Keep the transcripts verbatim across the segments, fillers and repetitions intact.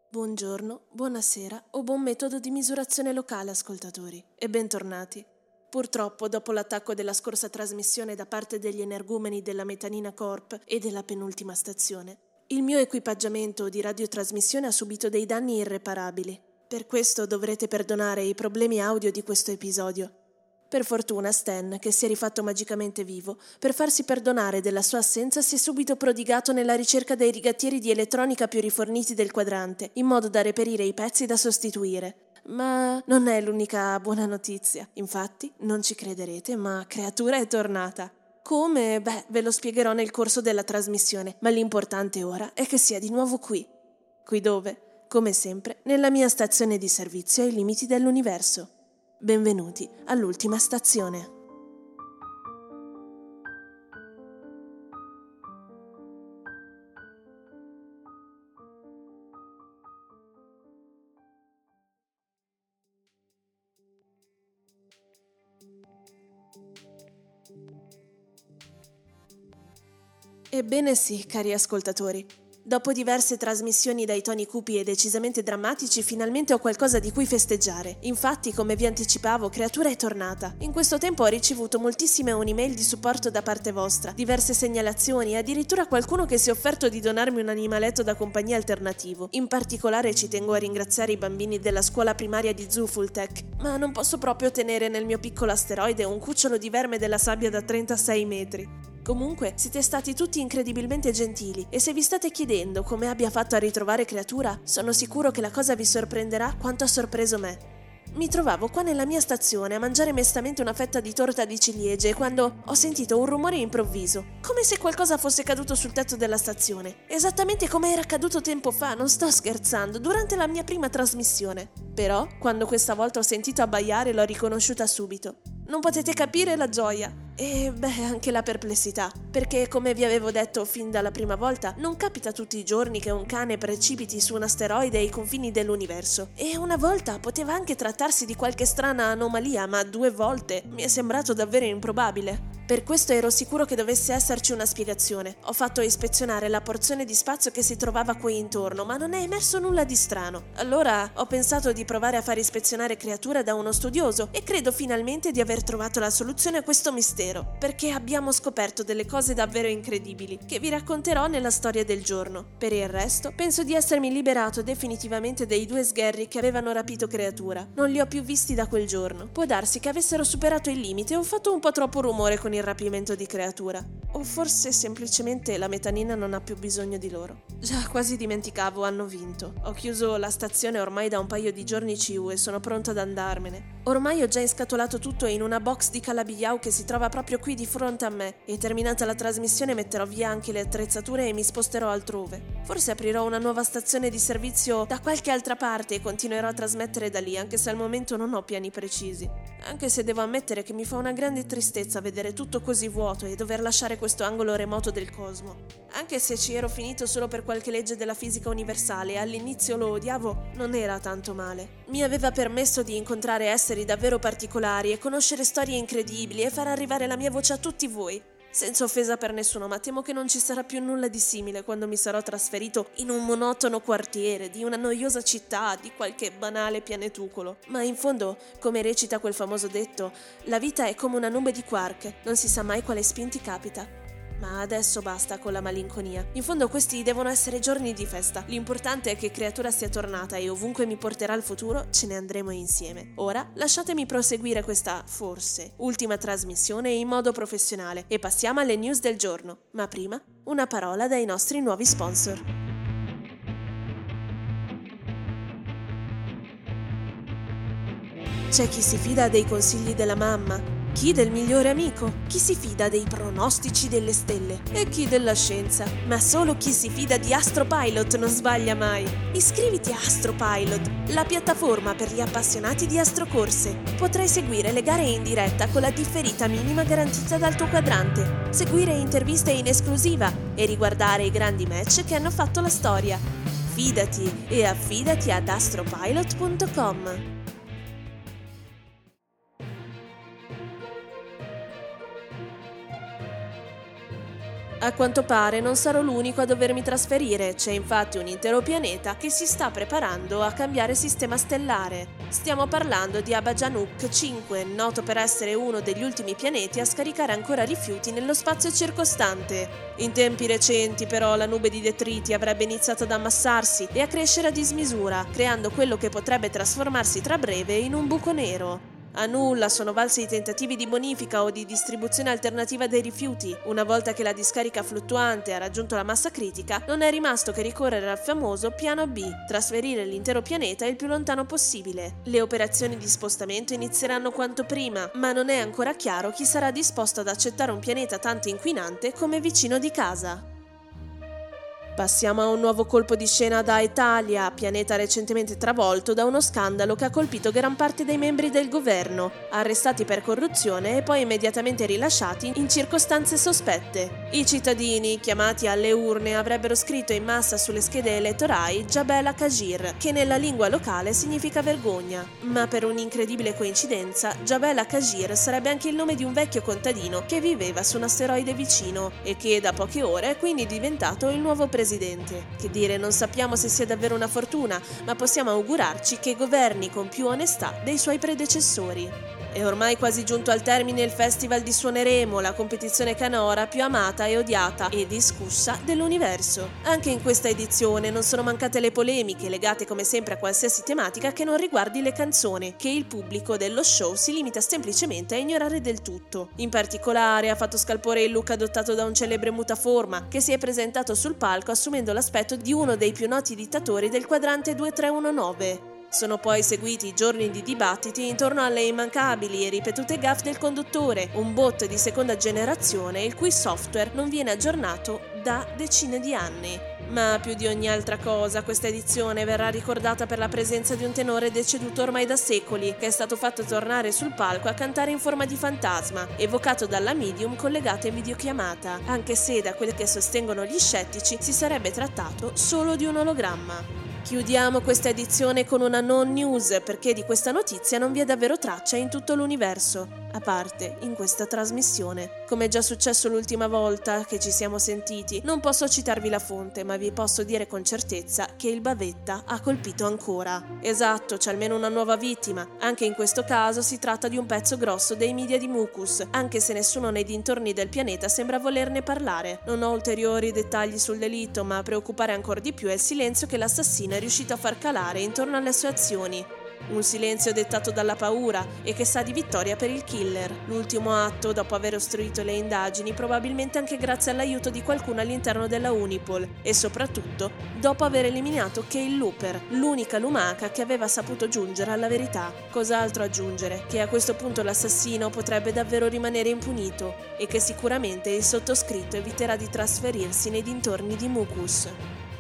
Buongiorno, buonasera o buon metodo di misurazione locale, ascoltatori, e bentornati. Purtroppo, dopo l'attacco della scorsa trasmissione da parte degli energumeni della Metanina Corp e della penultima stazione, il mio equipaggiamento di radiotrasmissione ha subito dei danni irreparabili. Per questo dovrete perdonare i problemi audio di questo episodio. Per fortuna Stan, che si è rifatto magicamente vivo, per farsi perdonare della sua assenza si è subito prodigato nella ricerca dei rigattieri di elettronica più riforniti del quadrante, in modo da reperire i pezzi da sostituire. Ma non è l'unica buona notizia. Infatti, non ci crederete, ma Creatura è tornata. Come? Beh, ve lo spiegherò nel corso della trasmissione, ma l'importante ora è che sia di nuovo qui. Qui dove? Come sempre, nella mia stazione di servizio ai limiti dell'universo. Benvenuti all'ultima stazione. Ebbene sì, cari ascoltatori. Dopo diverse trasmissioni dai toni cupi e decisamente drammatici, finalmente ho qualcosa di cui festeggiare. Infatti, come vi anticipavo, Creatura è tornata. In questo tempo ho ricevuto moltissime un'email di supporto da parte vostra, diverse segnalazioni e addirittura qualcuno che si è offerto di donarmi un animaletto da compagnia alternativo. In particolare ci tengo a ringraziare i bambini della scuola primaria di Zufultech, ma non posso proprio tenere nel mio piccolo asteroide un cucciolo di verme della sabbia da trentasei metri. Comunque, siete stati tutti incredibilmente gentili e se vi state chiedendo come abbia fatto a ritrovare Creatura, sono sicuro che la cosa vi sorprenderà quanto ha sorpreso me. Mi trovavo qua nella mia stazione a mangiare mestamente una fetta di torta di ciliegie quando ho sentito un rumore improvviso, come se qualcosa fosse caduto sul tetto della stazione, esattamente come era accaduto tempo fa, non sto scherzando, durante la mia prima trasmissione. Però, quando questa volta ho sentito abbaiare, l'ho riconosciuta subito. Non potete capire la gioia e, beh, anche la perplessità, perché, come vi avevo detto fin dalla prima volta, non capita tutti i giorni che un cane precipiti su un asteroide ai confini dell'universo. E una volta poteva anche trattarsi di qualche strana anomalia, ma due volte mi è sembrato davvero improbabile. Per questo ero sicuro che dovesse esserci una spiegazione. Ho fatto ispezionare la porzione di spazio che si trovava qui intorno, ma non è emerso nulla di strano. Allora ho pensato di provare a far ispezionare Creatura da uno studioso e credo finalmente di aver trovato la soluzione a questo mistero, perché abbiamo scoperto delle cose davvero incredibili che vi racconterò nella storia del giorno. Per il resto, penso di essermi liberato definitivamente dei due sgherri che avevano rapito Creatura. Non li ho più visti da quel giorno. Può darsi che avessero superato il limite e ho fatto un po' troppo rumore con il rapimento di Creatura. O forse semplicemente la metanina non ha più bisogno di loro. Già, quasi dimenticavo, hanno vinto. Ho chiuso la stazione ormai da un paio di giorni C U e sono pronto ad andarmene. Ormai ho già inscatolato tutto in una box di Calabiao che si trova proprio qui di fronte a me e terminata la trasmissione metterò via anche le attrezzature e mi sposterò altrove. Forse aprirò una nuova stazione di servizio da qualche altra parte e continuerò a trasmettere da lì, anche se al momento non ho piani precisi. Anche se devo ammettere che mi fa una grande tristezza vedere tutto così vuoto e dover lasciare questo angolo remoto del cosmo. Anche se ci ero finito solo per qualche legge della fisica universale e all'inizio lo odiavo, non era tanto male. Mi aveva permesso di incontrare esseri davvero particolari e conoscere storie incredibili e far arrivare la mia voce a tutti voi. Senza offesa per nessuno, ma temo che non ci sarà più nulla di simile quando mi sarò trasferito in un monotono quartiere, di una noiosa città, di qualche banale pianetucolo. Ma in fondo, come recita quel famoso detto, la vita è come una nube di quark, non si sa mai quale spin ti capita. Ma adesso basta con la malinconia. In fondo questi devono essere giorni di festa. L'importante è che Creatura sia tornata e ovunque mi porterà il futuro ce ne andremo insieme. Ora lasciatemi proseguire questa, forse, ultima trasmissione in modo professionale e passiamo alle news del giorno. Ma prima, una parola dai nostri nuovi sponsor. C'è chi si fida dei consigli della mamma, chi del migliore amico, chi si fida dei pronostici delle stelle e chi della scienza. Ma solo chi si fida di Astropilot non sbaglia mai. Iscriviti a Astropilot, la piattaforma per gli appassionati di astrocorse. Potrai seguire le gare in diretta con la differita minima garantita dal tuo quadrante, seguire interviste in esclusiva e riguardare i grandi match che hanno fatto la storia. Fidati e affidati ad astropilot punto com. A quanto pare non sarò l'unico a dovermi trasferire, c'è infatti un intero pianeta che si sta preparando a cambiare sistema stellare. Stiamo parlando di Abajanuk cinque, noto per essere uno degli ultimi pianeti a scaricare ancora rifiuti nello spazio circostante. In tempi recenti però la nube di detriti avrebbe iniziato ad ammassarsi e a crescere a dismisura, creando quello che potrebbe trasformarsi tra breve in un buco nero. A nulla sono valsi i tentativi di bonifica o di distribuzione alternativa dei rifiuti. Una volta che la discarica fluttuante ha raggiunto la massa critica, non è rimasto che ricorrere al famoso piano B, trasferire l'intero pianeta il più lontano possibile. Le operazioni di spostamento inizieranno quanto prima, ma non è ancora chiaro chi sarà disposto ad accettare un pianeta tanto inquinante come vicino di casa. Passiamo a un nuovo colpo di scena da Italia, pianeta recentemente travolto da uno scandalo che ha colpito gran parte dei membri del governo, arrestati per corruzione e poi immediatamente rilasciati in circostanze sospette. I cittadini, chiamati alle urne, avrebbero scritto in massa sulle schede elettorali Jabel Kajir, che nella lingua locale significa vergogna. Ma per un'incredibile coincidenza, Jabel Kajir sarebbe anche il nome di un vecchio contadino che viveva su un asteroide vicino e che da poche ore è quindi diventato il nuovo presidente. Che dire, non sappiamo se sia davvero una fortuna, ma possiamo augurarci che governi con più onestà dei suoi predecessori. È ormai quasi giunto al termine il Festival di Suoneremo, la competizione canora più amata e odiata e discussa dell'universo. Anche in questa edizione non sono mancate le polemiche, legate come sempre a qualsiasi tematica che non riguardi le canzoni, che il pubblico dello show si limita semplicemente a ignorare del tutto. In particolare ha fatto scalpore il look adottato da un celebre mutaforma, che si è presentato sul palco assumendo l'aspetto di uno dei più noti dittatori del quadrante due tre uno nove. Sono poi seguiti giorni di dibattiti intorno alle immancabili e ripetute gaffe del conduttore, un bot di seconda generazione il cui software non viene aggiornato da decine di anni. Ma più di ogni altra cosa, questa edizione verrà ricordata per la presenza di un tenore deceduto ormai da secoli, che è stato fatto tornare sul palco a cantare in forma di fantasma, evocato dalla medium collegata in videochiamata, anche se da quel che sostengono gli scettici si sarebbe trattato solo di un ologramma. Chiudiamo questa edizione con una non news, perché di questa notizia non vi è davvero traccia in tutto l'universo, a parte in questa trasmissione. Come è già successo l'ultima volta che ci siamo sentiti, non posso citarvi la fonte, ma vi posso dire con certezza che il bavetta ha colpito ancora. Esatto, c'è almeno una nuova vittima. Anche in questo caso si tratta di un pezzo grosso dei media di Mucus, anche se nessuno nei dintorni del pianeta sembra volerne parlare. Non ho ulteriori dettagli sul delitto, ma a preoccupare ancora di più è il silenzio che l'assassino è riuscito a far calare intorno alle sue azioni. Un silenzio dettato dalla paura e che sa di vittoria per il killer. L'ultimo atto, dopo aver ostruito le indagini, probabilmente anche grazie all'aiuto di qualcuno all'interno della Unipol, e soprattutto dopo aver eliminato Kyle Looper, l'unica lumaca che aveva saputo giungere alla verità. Cos'altro aggiungere? Che a questo punto l'assassino potrebbe davvero rimanere impunito e che sicuramente il sottoscritto eviterà di trasferirsi nei dintorni di Mucus.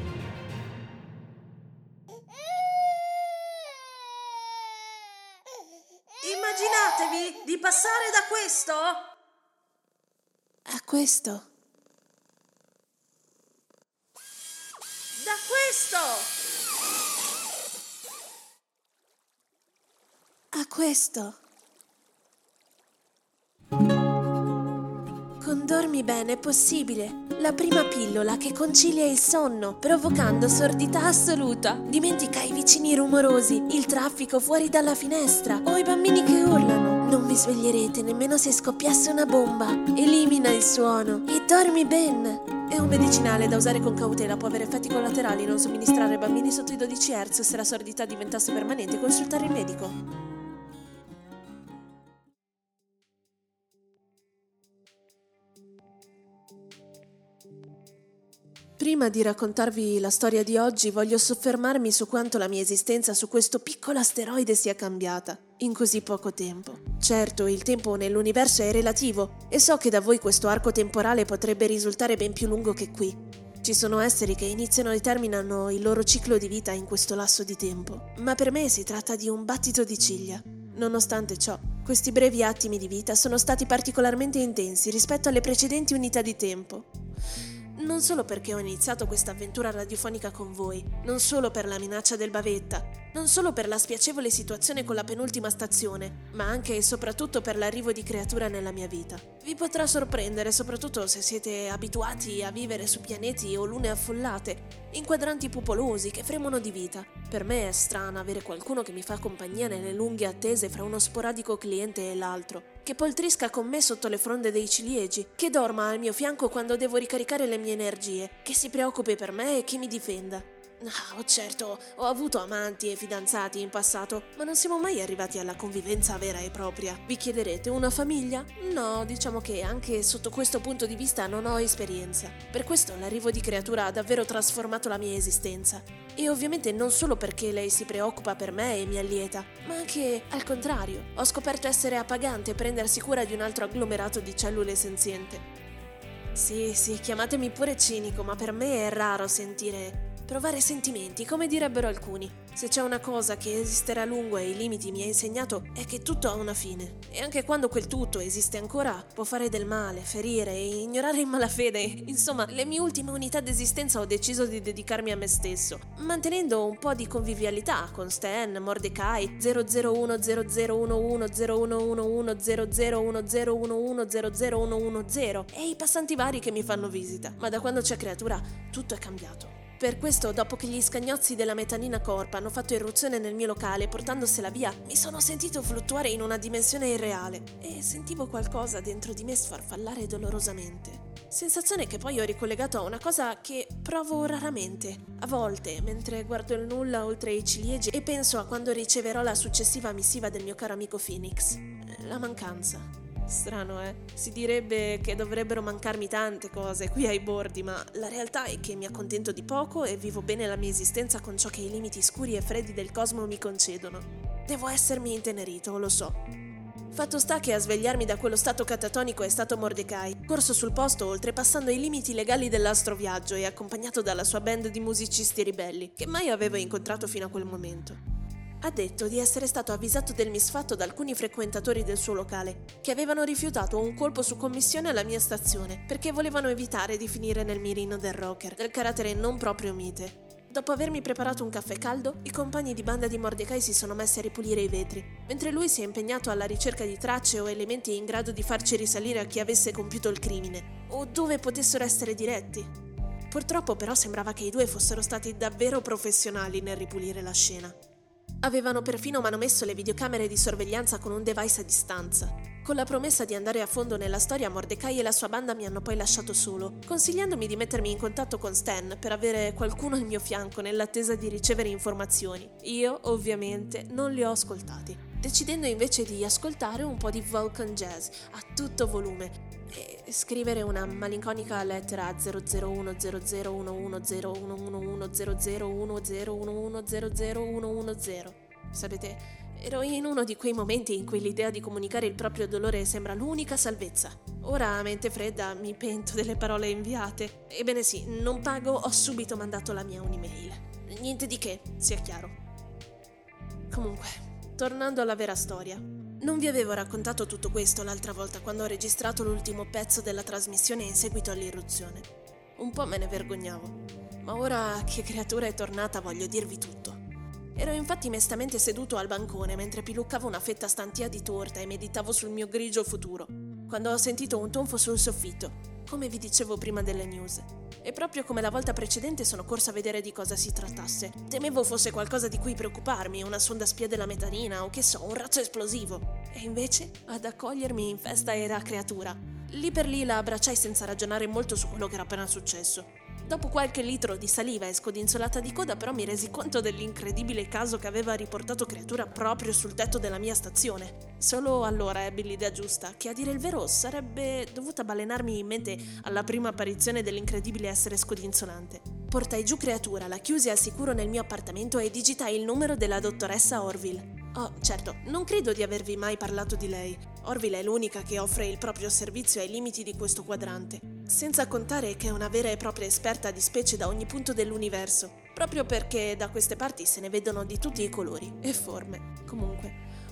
Immaginatevi di passare da questo A questo? Da questo A questo? Con Dormi Bene è possibile, la prima pillola che concilia il sonno, provocando sordità assoluta. Dimentica i vicini rumorosi, il traffico fuori dalla finestra o i bambini che urlano. Non vi sveglierete nemmeno se scoppiasse una bomba. Elimina il suono e dormi ben. È un medicinale da usare con cautela, può avere effetti collaterali, non somministrare ai bambini sotto i dodici hertz. Se la sordità diventasse permanente, consultare il medico. Prima di raccontarvi la storia di oggi, voglio soffermarmi su quanto la mia esistenza su questo piccolo asteroide sia cambiata in così poco tempo. Certo, il tempo nell'universo è relativo e so che da voi questo arco temporale potrebbe risultare ben più lungo che qui. Ci sono esseri che iniziano e terminano il loro ciclo di vita in questo lasso di tempo, ma per me si tratta di un battito di ciglia. Nonostante ciò, questi brevi attimi di vita sono stati particolarmente intensi rispetto alle precedenti unità di tempo. Non solo perché ho iniziato questa avventura radiofonica con voi, non solo per la minaccia del bavetta, non solo per la spiacevole situazione con la penultima stazione, ma anche e soprattutto per l'arrivo di creatura nella mia vita. Vi potrà sorprendere, soprattutto se siete abituati a vivere su pianeti o lune affollate, in quadranti popolosi che fremono di vita. Per me è strano avere qualcuno che mi fa compagnia nelle lunghe attese fra uno sporadico cliente e l'altro, che poltrisca con me sotto le fronde dei ciliegi, che dorma al mio fianco quando devo ricaricare le mie energie, che si preoccupi per me e che mi difenda. Oh, certo, ho avuto amanti e fidanzati in passato, ma non siamo mai arrivati alla convivenza vera e propria. Vi chiederete, una famiglia? No, diciamo che anche sotto questo punto di vista non ho esperienza. Per questo l'arrivo di creatura ha davvero trasformato la mia esistenza. E ovviamente non solo perché lei si preoccupa per me e mi allieta, ma anche al contrario. Ho scoperto essere appagante e prendersi cura di un altro agglomerato di cellule senziente. Sì, sì, chiamatemi pure cinico, ma per me è raro sentire... provare sentimenti, come direbbero alcuni. Se c'è una cosa che esistere a lungo e ai limiti mi ha insegnato è che tutto ha una fine. E anche quando quel tutto esiste ancora, può fare del male, ferire e ignorare in malafede. Insomma, le mie ultime unità d'esistenza ho deciso di dedicarmi a me stesso, mantenendo un po' di convivialità con Stan, Mordecai, zero zero uno zero zero uno uno zero uno uno uno zero zero uno zero uno uno zero zero uno uno zero e i passanti vari che mi fanno visita. Ma da quando c'è creatura, tutto è cambiato. Per questo, dopo che gli scagnozzi della Metanina Corp hanno fatto irruzione nel mio locale portandosela via, mi sono sentito fluttuare in una dimensione irreale e sentivo qualcosa dentro di me sfarfallare dolorosamente. Sensazione che poi ho ricollegato a una cosa che provo raramente, a volte, mentre guardo il nulla oltre i ciliegi e penso a quando riceverò la successiva missiva del mio caro amico Phoenix. La mancanza. Strano, eh? Si direbbe che dovrebbero mancarmi tante cose qui ai bordi, ma la realtà è che mi accontento di poco e vivo bene la mia esistenza con ciò che i limiti scuri e freddi del cosmo mi concedono. Devo essermi intenerito, lo so. Fatto sta che a svegliarmi da quello stato catatonico è stato Mordecai, corso sul posto oltrepassando i limiti legali dell'astroviaggio e accompagnato dalla sua band di musicisti ribelli, che mai avevo incontrato fino a quel momento. Ha detto di essere stato avvisato del misfatto da alcuni frequentatori del suo locale, che avevano rifiutato un colpo su commissione alla mia stazione, perché volevano evitare di finire nel mirino del rocker, del carattere non proprio mite. Dopo avermi preparato un caffè caldo, i compagni di banda di Mordecai si sono messi a ripulire i vetri, mentre lui si è impegnato alla ricerca di tracce o elementi in grado di farci risalire a chi avesse compiuto il crimine, o dove potessero essere diretti. Purtroppo però sembrava che i due fossero stati davvero professionali nel ripulire la scena. Avevano perfino manomesso le videocamere di sorveglianza con un device a distanza. Con la promessa di andare a fondo nella storia, Mordecai e la sua banda mi hanno poi lasciato solo, consigliandomi di mettermi in contatto con Stan per avere qualcuno al mio fianco nell'attesa di ricevere informazioni. Io, ovviamente, non li ho ascoltati, decidendo invece di ascoltare un po' di Vulcan Jazz a tutto volume e scrivere una malinconica lettera a zero zero uno zero zero uno uno zero uno uno uno zero zero uno zero uno uno zero zero uno uno zero. Sapete, ero in uno di quei momenti in cui l'idea di comunicare il proprio dolore sembra l'unica salvezza. Ora, a mente fredda, mi pento delle parole inviate. Ebbene sì, non pago, ho subito mandato la mia un'email. Niente di che, sia chiaro. Comunque, tornando alla vera storia. Non vi avevo raccontato tutto questo l'altra volta quando ho registrato l'ultimo pezzo della trasmissione in seguito all'irruzione. Un po' me ne vergognavo, ma ora che creatura è tornata voglio dirvi tutto. Ero infatti mestamente seduto al bancone mentre piluccavo una fetta stantia di torta e meditavo sul mio grigio futuro, quando ho sentito un tonfo sul soffitto, come vi dicevo prima delle news. E proprio come la volta precedente sono corsa a vedere di cosa si trattasse. Temevo fosse qualcosa di cui preoccuparmi, una sonda spia della metanina o che so, un razzo esplosivo. E invece, ad accogliermi in festa era creatura. Lì per lì la abbracciai senza ragionare molto su quello che era appena successo. Dopo qualche litro di saliva e scodinzolata di coda però mi resi conto dell'incredibile caso che aveva riportato creatura proprio sul tetto della mia stazione. Solo allora ebbi l'idea giusta, che a dire il vero sarebbe dovuta balenarmi in mente alla prima apparizione dell'incredibile essere scodinzolante. Portai giù creatura, la chiusi al sicuro nel mio appartamento e digitai il numero della dottoressa Orville. Oh, certo, non credo di avervi mai parlato di lei. Orville è l'unica che offre il proprio servizio ai limiti di questo quadrante. Senza contare che è una vera e propria esperta di specie da ogni punto dell'universo, proprio perché da queste parti se ne vedono di tutti i colori e forme. Comunque,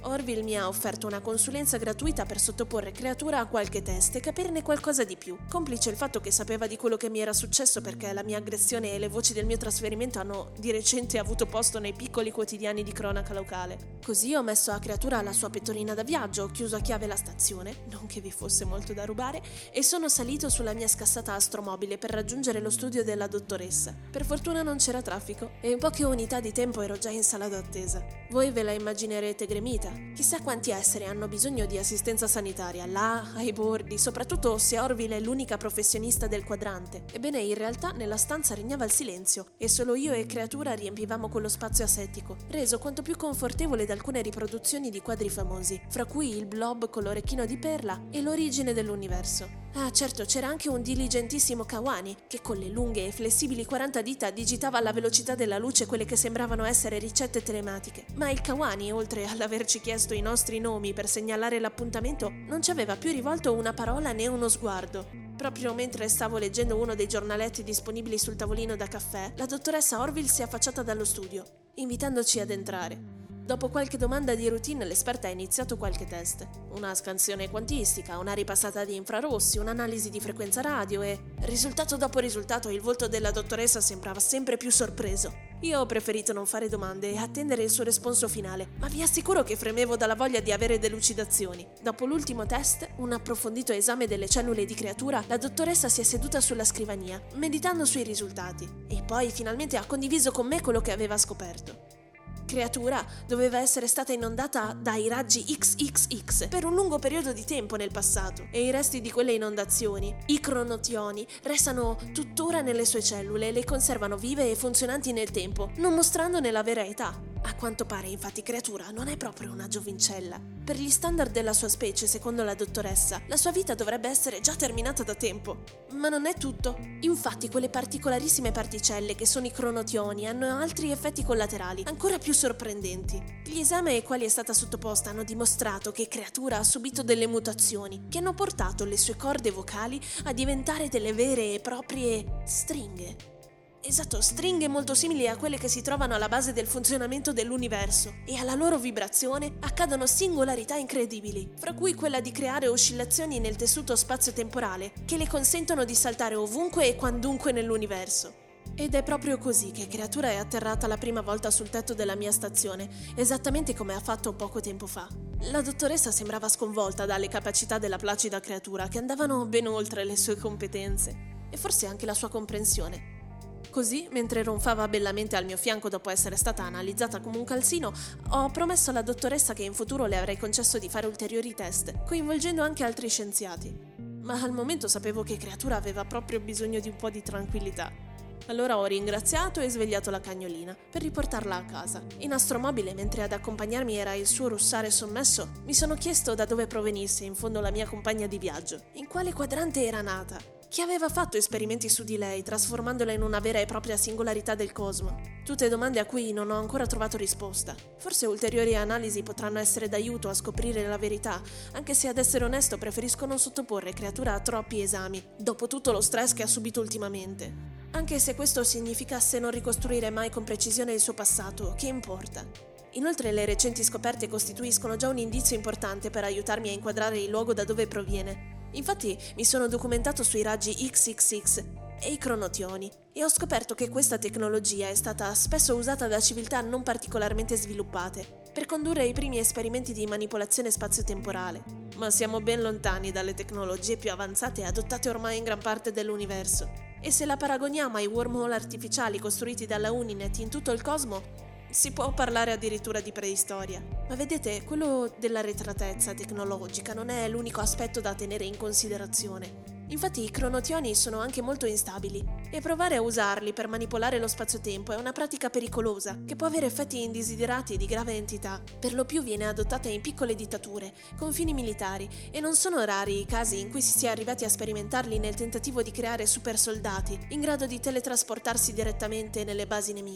Orville mi ha offerto una consulenza gratuita per sottoporre Creatura a qualche test e capirne qualcosa di più, complice il fatto che sapeva di quello che mi era successo perché la mia aggressione e le voci del mio trasferimento hanno di recente avuto posto nei piccoli quotidiani di cronaca locale. Così ho messo a Creatura la sua pettorina da viaggio, ho chiuso a chiave la stazione, non che vi fosse molto da rubare, e sono salito sulla mia scassata astromobile per raggiungere lo studio della dottoressa. Per fortuna non c'era traffico e in poche unità di tempo ero già in sala d'attesa. Voi ve la immaginerete gremita. Chissà quanti esseri hanno bisogno di assistenza sanitaria, là, ai bordi, soprattutto se Orville è l'unica professionista del quadrante. Ebbene, in realtà nella stanza regnava il silenzio e solo io e Creatura riempivamo quello spazio asettico, reso quanto più confortevole da alcune riproduzioni di quadri famosi, fra cui il blob con l'orecchino di perla e l'origine dell'universo. Ah, certo, c'era anche un diligentissimo Kawani che con le lunghe e flessibili quaranta dita digitava alla velocità della luce quelle che sembravano essere ricette telematiche. Ma il Kawani, oltre all'averci chiesto i nostri nomi per segnalare l'appuntamento, non ci aveva più rivolto una parola né uno sguardo. Proprio mentre stavo leggendo uno dei giornaletti disponibili sul tavolino da caffè, la dottoressa Orville si è affacciata dallo studio, invitandoci ad entrare. Dopo qualche domanda di routine, l'esperta ha iniziato qualche test. Una scansione quantistica, una ripassata di infrarossi, un'analisi di frequenza radio e, risultato dopo risultato, il volto della dottoressa sembrava sempre più sorpreso. Io ho preferito non fare domande e attendere il suo responso finale, ma vi assicuro che fremevo dalla voglia di avere delucidazioni. Dopo l'ultimo test, un approfondito esame delle cellule di Creatura, la dottoressa si è seduta sulla scrivania, meditando sui risultati, e poi finalmente ha condiviso con me quello che aveva scoperto. Creatura doveva essere stata inondata dai raggi X X X per un lungo periodo di tempo nel passato e i resti di quelle inondazioni, i cronotioni, restano tuttora nelle sue cellule e le conservano vive e funzionanti nel tempo, non mostrandone la vera età. A quanto pare, infatti, Creatura non è proprio una giovincella. Per gli standard della sua specie, secondo la dottoressa, la sua vita dovrebbe essere già terminata da tempo. Ma non è tutto. Infatti, quelle particolarissime particelle che sono i cronotioni hanno altri effetti collaterali, ancora più sorprendenti. Gli esami ai quali è stata sottoposta hanno dimostrato che Creatura ha subito delle mutazioni che hanno portato le sue corde vocali a diventare delle vere e proprie stringhe. Esatto, stringhe molto simili a quelle che si trovano alla base del funzionamento dell'universo, e alla loro vibrazione accadono singolarità incredibili, fra cui quella di creare oscillazioni nel tessuto spazio-temporale che le consentono di saltare ovunque e quandunque nell'universo. Ed è proprio così che Creatura è atterrata la prima volta sul tetto della mia stazione, esattamente come ha fatto poco tempo fa. La dottoressa sembrava sconvolta dalle capacità della placida Creatura, che andavano ben oltre le sue competenze, e forse anche la sua comprensione. Così, mentre ronfava bellamente al mio fianco dopo essere stata analizzata come un calzino, ho promesso alla dottoressa che in futuro le avrei concesso di fare ulteriori test, coinvolgendo anche altri scienziati. Ma al momento sapevo che Creatura aveva proprio bisogno di un po' di tranquillità. Allora ho ringraziato e svegliato la cagnolina per riportarla a casa. In astromobile, mentre ad accompagnarmi era il suo russare sommesso, mi sono chiesto da dove provenisse in fondo la mia compagna di viaggio, in quale quadrante era nata. Chi aveva fatto esperimenti su di lei, trasformandola in una vera e propria singolarità del cosmo? Tutte domande a cui non ho ancora trovato risposta. Forse ulteriori analisi potranno essere d'aiuto a scoprire la verità, anche se ad essere onesto preferisco non sottoporre Creatura a troppi esami, dopo tutto lo stress che ha subito ultimamente. Anche se questo significasse non ricostruire mai con precisione il suo passato, che importa? Inoltre le recenti scoperte costituiscono già un indizio importante per aiutarmi a inquadrare il luogo da dove proviene. Infatti mi sono documentato sui raggi X X X e i cronotioni e ho scoperto che questa tecnologia è stata spesso usata da civiltà non particolarmente sviluppate per condurre i primi esperimenti di manipolazione spazio-temporale. Ma siamo ben lontani dalle tecnologie più avanzate adottate ormai in gran parte dell'universo. E se la paragoniamo ai wormhole artificiali costruiti dalla Uninet in tutto il cosmo, si può parlare addirittura di preistoria. Ma vedete, quello dell'arretratezza tecnologica non è l'unico aspetto da tenere in considerazione. Infatti i cronotioni sono anche molto instabili e provare a usarli per manipolare lo spazio-tempo è una pratica pericolosa che può avere effetti indesiderati di grave entità. Per lo più viene adottata in piccole dittature, con fini militari, e non sono rari i casi in cui si sia arrivati a sperimentarli nel tentativo di creare super soldati in grado di teletrasportarsi direttamente nelle basi nemiche.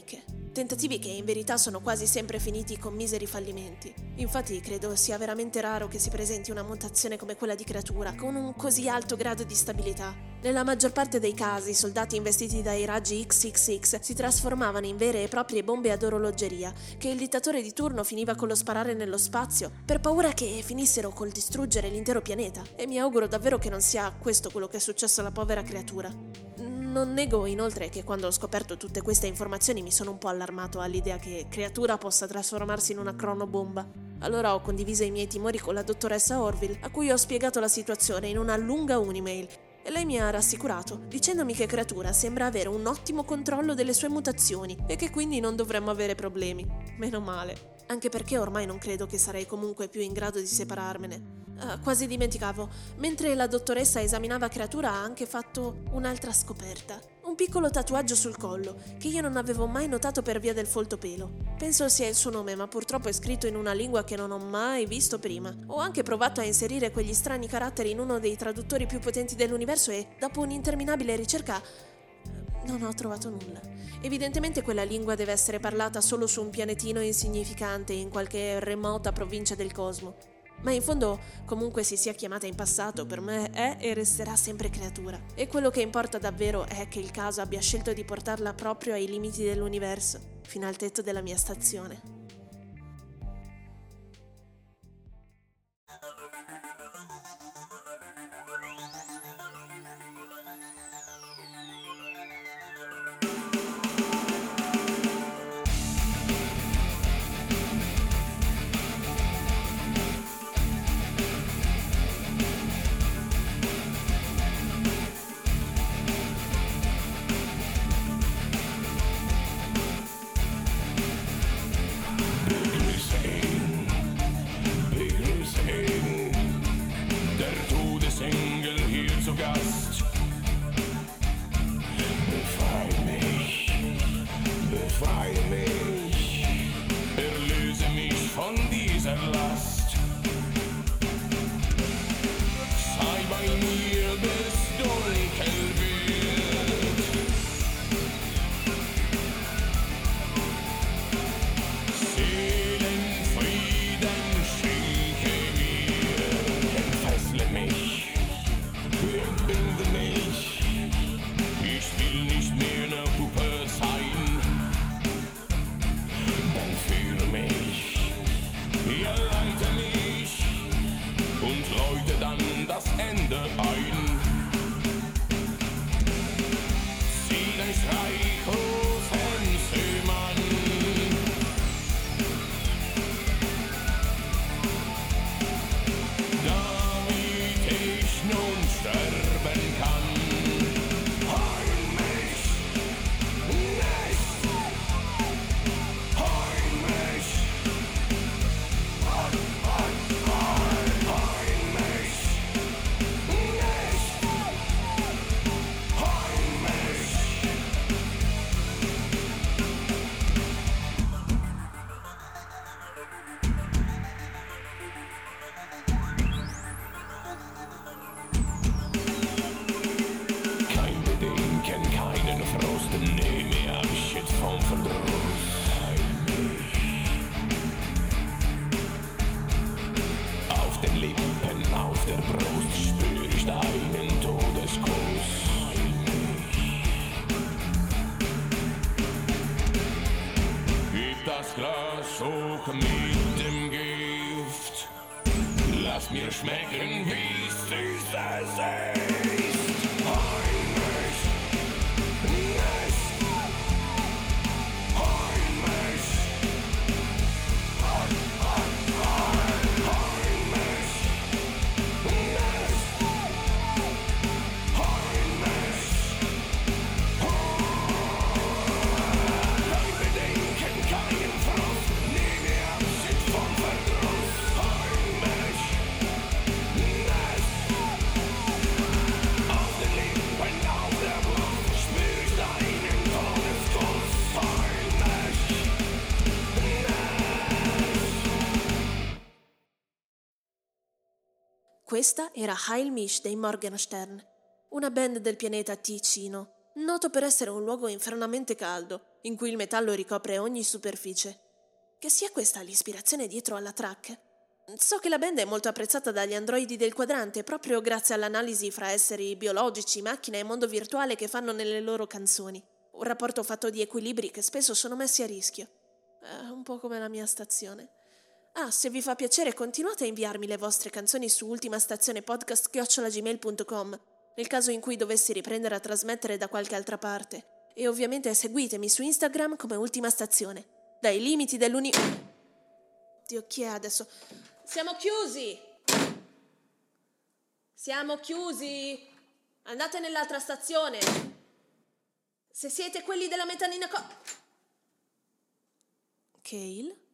Tentativi che in verità sono quasi sempre finiti con miseri fallimenti. Infatti credo sia veramente raro che si presenti una mutazione come quella di Creatura con un così alto grado di stabilità. Nella maggior parte dei casi, i soldati investiti dai raggi X X X si trasformavano in vere e proprie bombe ad orologeria, che il dittatore di turno finiva con lo sparare nello spazio, per paura che finissero col distruggere l'intero pianeta. E mi auguro davvero che non sia questo quello che è successo alla povera Creatura. Non nego inoltre che quando ho scoperto tutte queste informazioni mi sono un po' allarmato all'idea che Creatura possa trasformarsi in una cronobomba. Allora ho condiviso i miei timori con la dottoressa Orville, a cui ho spiegato la situazione in una lunga unimail, e lei mi ha rassicurato, dicendomi che Creatura sembra avere un ottimo controllo delle sue mutazioni e che quindi non dovremmo avere problemi. Meno male. Anche perché ormai non credo che sarei comunque più in grado di separarmene. Uh, quasi dimenticavo, mentre la dottoressa esaminava Creatura ha anche fatto un'altra scoperta. Un piccolo tatuaggio sul collo, che io non avevo mai notato per via del foltopelo. Penso sia il suo nome, ma purtroppo è scritto in una lingua che non ho mai visto prima. Ho anche provato a inserire quegli strani caratteri in uno dei traduttori più potenti dell'universo e, dopo un'interminabile ricerca, non ho trovato nulla. Evidentemente quella lingua deve essere parlata solo su un pianetino insignificante in qualche remota provincia del cosmo. Ma in fondo, comunque si sia chiamata in passato, per me è e resterà sempre Creatura. E quello che importa davvero è che il caso abbia scelto di portarla proprio ai limiti dell'universo, fino al tetto della mia stazione. Hoch mit dem Gift. Lass mir schmecken, wie süß es ist. Heimlich, nicht. Heimlich. Heimlich, nicht. Heimlich. Kein Bedenken, kein Frost. Nehme Abschied vom Verdruss. Heimlich, nicht. Auf den Lippen, auf der Brust spür ich deinen Todeskuss. Heimlich, nicht. Questa era Heilmisch dei Morgenstern, una band del pianeta Ticino, noto per essere un luogo infernamente caldo, in cui il metallo ricopre ogni superficie. Che sia questa l'ispirazione dietro alla track? So che la band è molto apprezzata dagli androidi del quadrante proprio grazie all'analisi fra esseri biologici, macchine e mondo virtuale che fanno nelle loro canzoni. Un rapporto fatto di equilibri che spesso sono messi a rischio. Eh, un po' come la mia stazione. Ah, se vi fa piacere continuate a inviarmi le vostre canzoni su ultimastazionepodcast chiocciola gmail punto com nel caso in cui dovessi riprendere a trasmettere da qualche altra parte. E ovviamente seguitemi su Instagram come Ultima Stazione. Dai limiti dell'uni... Dio, chi è adesso? Siamo chiusi! Siamo chiusi! Andate nell'altra stazione! Se siete quelli della metanina co... Cale?